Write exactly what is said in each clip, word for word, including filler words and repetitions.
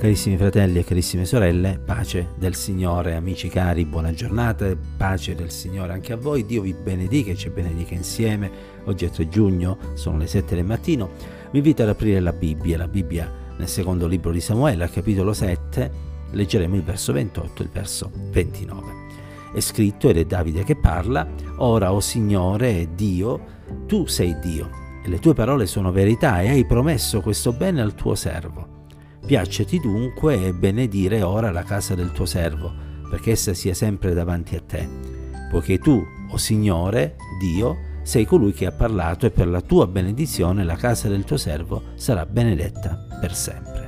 Carissimi fratelli e carissime sorelle, pace del Signore, amici cari, buona giornata, pace del Signore anche a voi. Dio vi benedica e ci benedica insieme. Oggi è tre giugno, sono le sette del mattino. Vi invito ad aprire la Bibbia, la Bibbia nel secondo libro di Samuele, al capitolo sette, leggeremo il verso ventotto e il verso ventinove. È scritto, ed è Davide che parla: ora, o Signore Dio, tu sei Dio, e le tue parole sono verità, e hai promesso questo bene al tuo servo. Piaceti dunque benedire ora la casa del tuo servo, perché essa sia sempre davanti a te, poiché tu, o Signore Dio, sei colui che ha parlato, e per la tua benedizione la casa del tuo servo sarà benedetta per sempre.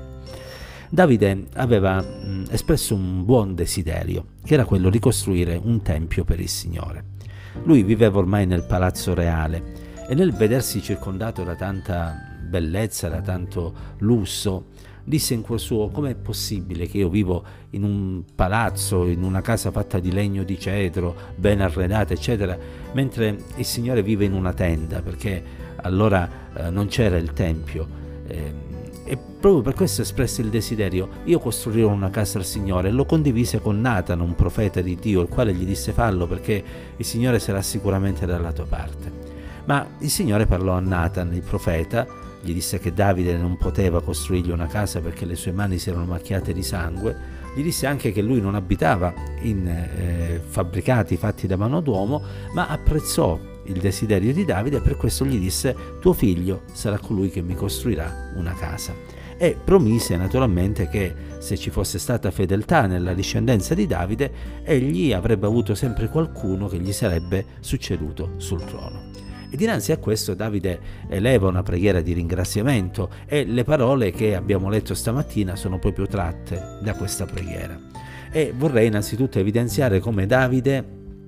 Davide aveva mh, espresso un buon desiderio, che era quello di costruire un tempio per il Signore. Lui viveva ormai nel palazzo reale, e nel vedersi circondato da tanta bellezza, da tanto lusso, disse in cuor suo: com'è possibile che io vivo in un palazzo, in una casa fatta di legno di cedro, ben arredata, eccetera, mentre il Signore vive in una tenda, perché allora eh, non c'era il Tempio. Eh, e proprio per questo espresse il desiderio: io costruirò una casa al Signore. E lo condivise con Nathan, un profeta di Dio, il quale gli disse: fallo, perché il Signore sarà sicuramente dalla tua parte. Ma il Signore parlò a Nathan, il profeta, gli disse che Davide non poteva costruirgli una casa perché le sue mani si erano macchiate di sangue. Gli disse anche che lui non abitava in eh, fabbricati fatti da mano d'uomo, ma apprezzò il desiderio di Davide, e per questo gli disse: tuo figlio sarà colui che mi costruirà una casa. E promise naturalmente che se ci fosse stata fedeltà nella discendenza di Davide, egli avrebbe avuto sempre qualcuno che gli sarebbe succeduto sul trono. E dinanzi a questo Davide eleva una preghiera di ringraziamento, e le parole che abbiamo letto stamattina sono proprio tratte da questa preghiera. E vorrei innanzitutto evidenziare come Davide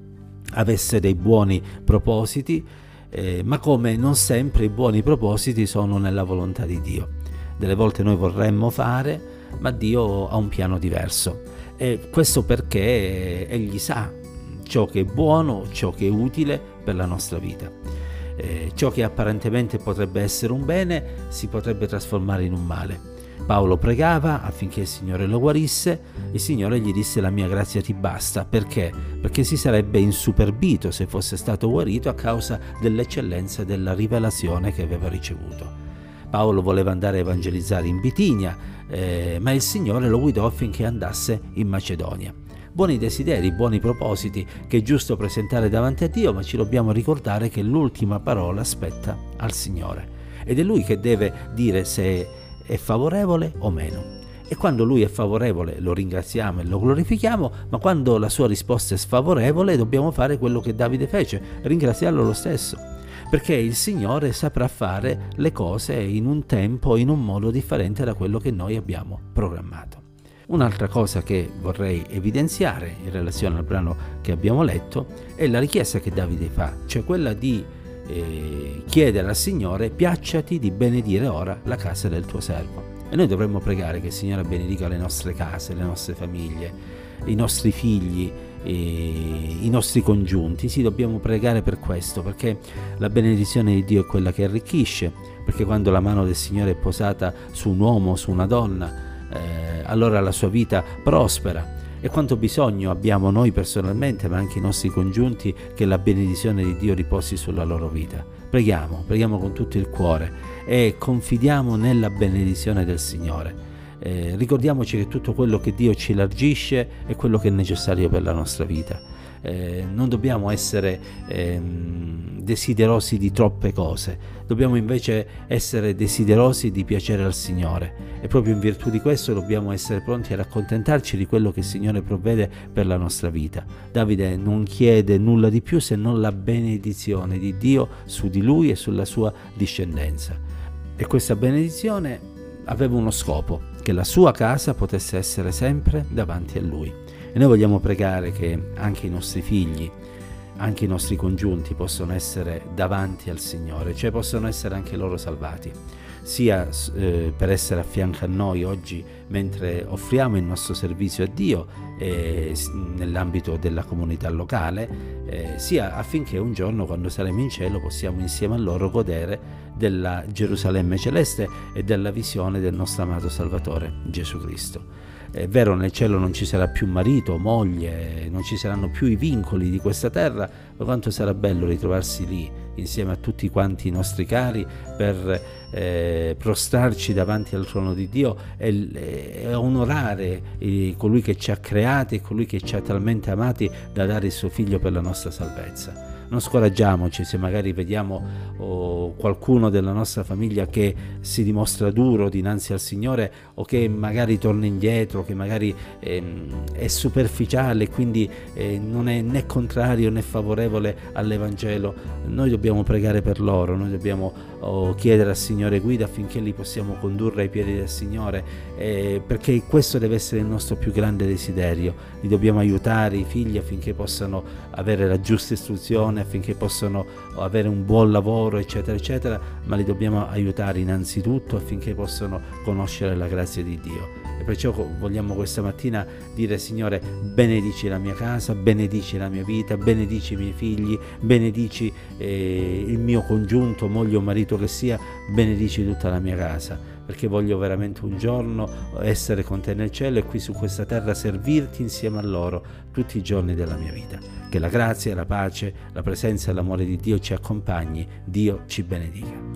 avesse dei buoni propositi, eh, ma come non sempre i buoni propositi sono nella volontà di Dio. Delle volte noi vorremmo fare, ma Dio ha un piano diverso, e questo perché Egli sa ciò che è buono, ciò che è utile per la nostra vita. Eh, ciò che apparentemente potrebbe essere un bene si potrebbe trasformare in un male. Paolo pregava affinché il Signore lo guarisse. Il Signore gli disse: la mia grazia ti basta. Perché? Perché si sarebbe insuperbito se fosse stato guarito a causa dell'eccellenza della rivelazione che aveva ricevuto. Paolo voleva andare a evangelizzare in Bitinia, eh, ma il Signore lo guidò affinché andasse in Macedonia. Buoni desideri, buoni propositi che è giusto presentare davanti a Dio, ma ci dobbiamo ricordare che l'ultima parola spetta al Signore, ed è Lui che deve dire se è favorevole o meno. E quando Lui è favorevole lo ringraziamo e lo glorifichiamo, ma quando la sua risposta è sfavorevole dobbiamo fare quello che Davide fece: ringraziarlo lo stesso, perché il Signore saprà fare le cose in un tempo, in un modo differente da quello che noi abbiamo programmato. Un'altra cosa che vorrei evidenziare in relazione al brano che abbiamo letto è la richiesta che Davide fa, cioè quella di eh, chiedere al Signore: piacciati di benedire ora la casa del tuo servo. E noi dovremmo pregare che il Signore benedica le nostre case, le nostre famiglie, i nostri figli, eh, i nostri congiunti. Sì, dobbiamo pregare per questo, perché la benedizione di Dio è quella che arricchisce, perché quando la mano del Signore è posata su un uomo, su una donna, Eh, allora la sua vita prospera. E quanto bisogno abbiamo noi personalmente, ma anche i nostri congiunti, che la benedizione di Dio riposi sulla loro vita. Preghiamo, preghiamo con tutto il cuore e confidiamo nella benedizione del Signore. Eh, ricordiamoci che tutto quello che Dio ci elargisce è quello che è necessario per la nostra vita. Eh, non dobbiamo essere eh, desiderosi di troppe cose, dobbiamo invece essere desiderosi di piacere al Signore, e proprio in virtù di questo dobbiamo essere pronti ad accontentarci di quello che il Signore provvede per la nostra vita. Davide non chiede nulla di più se non la benedizione di Dio su di lui e sulla sua discendenza, e questa benedizione aveva uno scopo: che la sua casa potesse essere sempre davanti a lui. E noi vogliamo pregare che anche i nostri figli, anche i nostri congiunti possano essere davanti al Signore, cioè possono essere anche loro salvati. sia eh, per essere a fianco a noi oggi mentre offriamo il nostro servizio a Dio eh, nell'ambito della comunità locale, eh, sia affinché un giorno, quando saremo in cielo, possiamo insieme a loro godere della Gerusalemme celeste e della visione del nostro amato Salvatore Gesù Cristo. È vero, nel cielo non ci sarà più marito, moglie, non ci saranno più i vincoli di questa terra, ma quanto sarà bello ritrovarsi lì insieme a tutti quanti i nostri cari per eh, prostrarci davanti al trono di Dio e, e onorare eh, colui che ci ha creati e colui che ci ha talmente amati da dare il suo figlio per la nostra salvezza. Non scoraggiamoci se magari vediamo oh, qualcuno della nostra famiglia che si dimostra duro dinanzi al Signore, o che magari torna indietro, che magari eh, è superficiale e quindi eh, non è né contrario né favorevole all'Evangelo. Noi dobbiamo pregare per loro, noi dobbiamo oh, chiedere al Signore guida affinché li possiamo condurre ai piedi del Signore, eh, perché questo deve essere il nostro più grande desiderio. Li dobbiamo aiutare, i figli, affinché possano avere la giusta istruzione, affinché possano avere un buon lavoro, eccetera eccetera, ma li dobbiamo aiutare innanzitutto affinché possano conoscere la grazia di Dio. E perciò vogliamo questa mattina dire: Signore, benedici la mia casa, benedici la mia vita, benedici i miei figli, benedici eh, il mio congiunto, moglie o marito che sia, benedici tutta la mia casa, perché voglio veramente un giorno essere con te nel cielo e qui su questa terra servirti insieme a loro tutti i giorni della mia vita. Che la grazia, la pace, la presenza e l'amore di Dio ci accompagni. Dio ci benedica.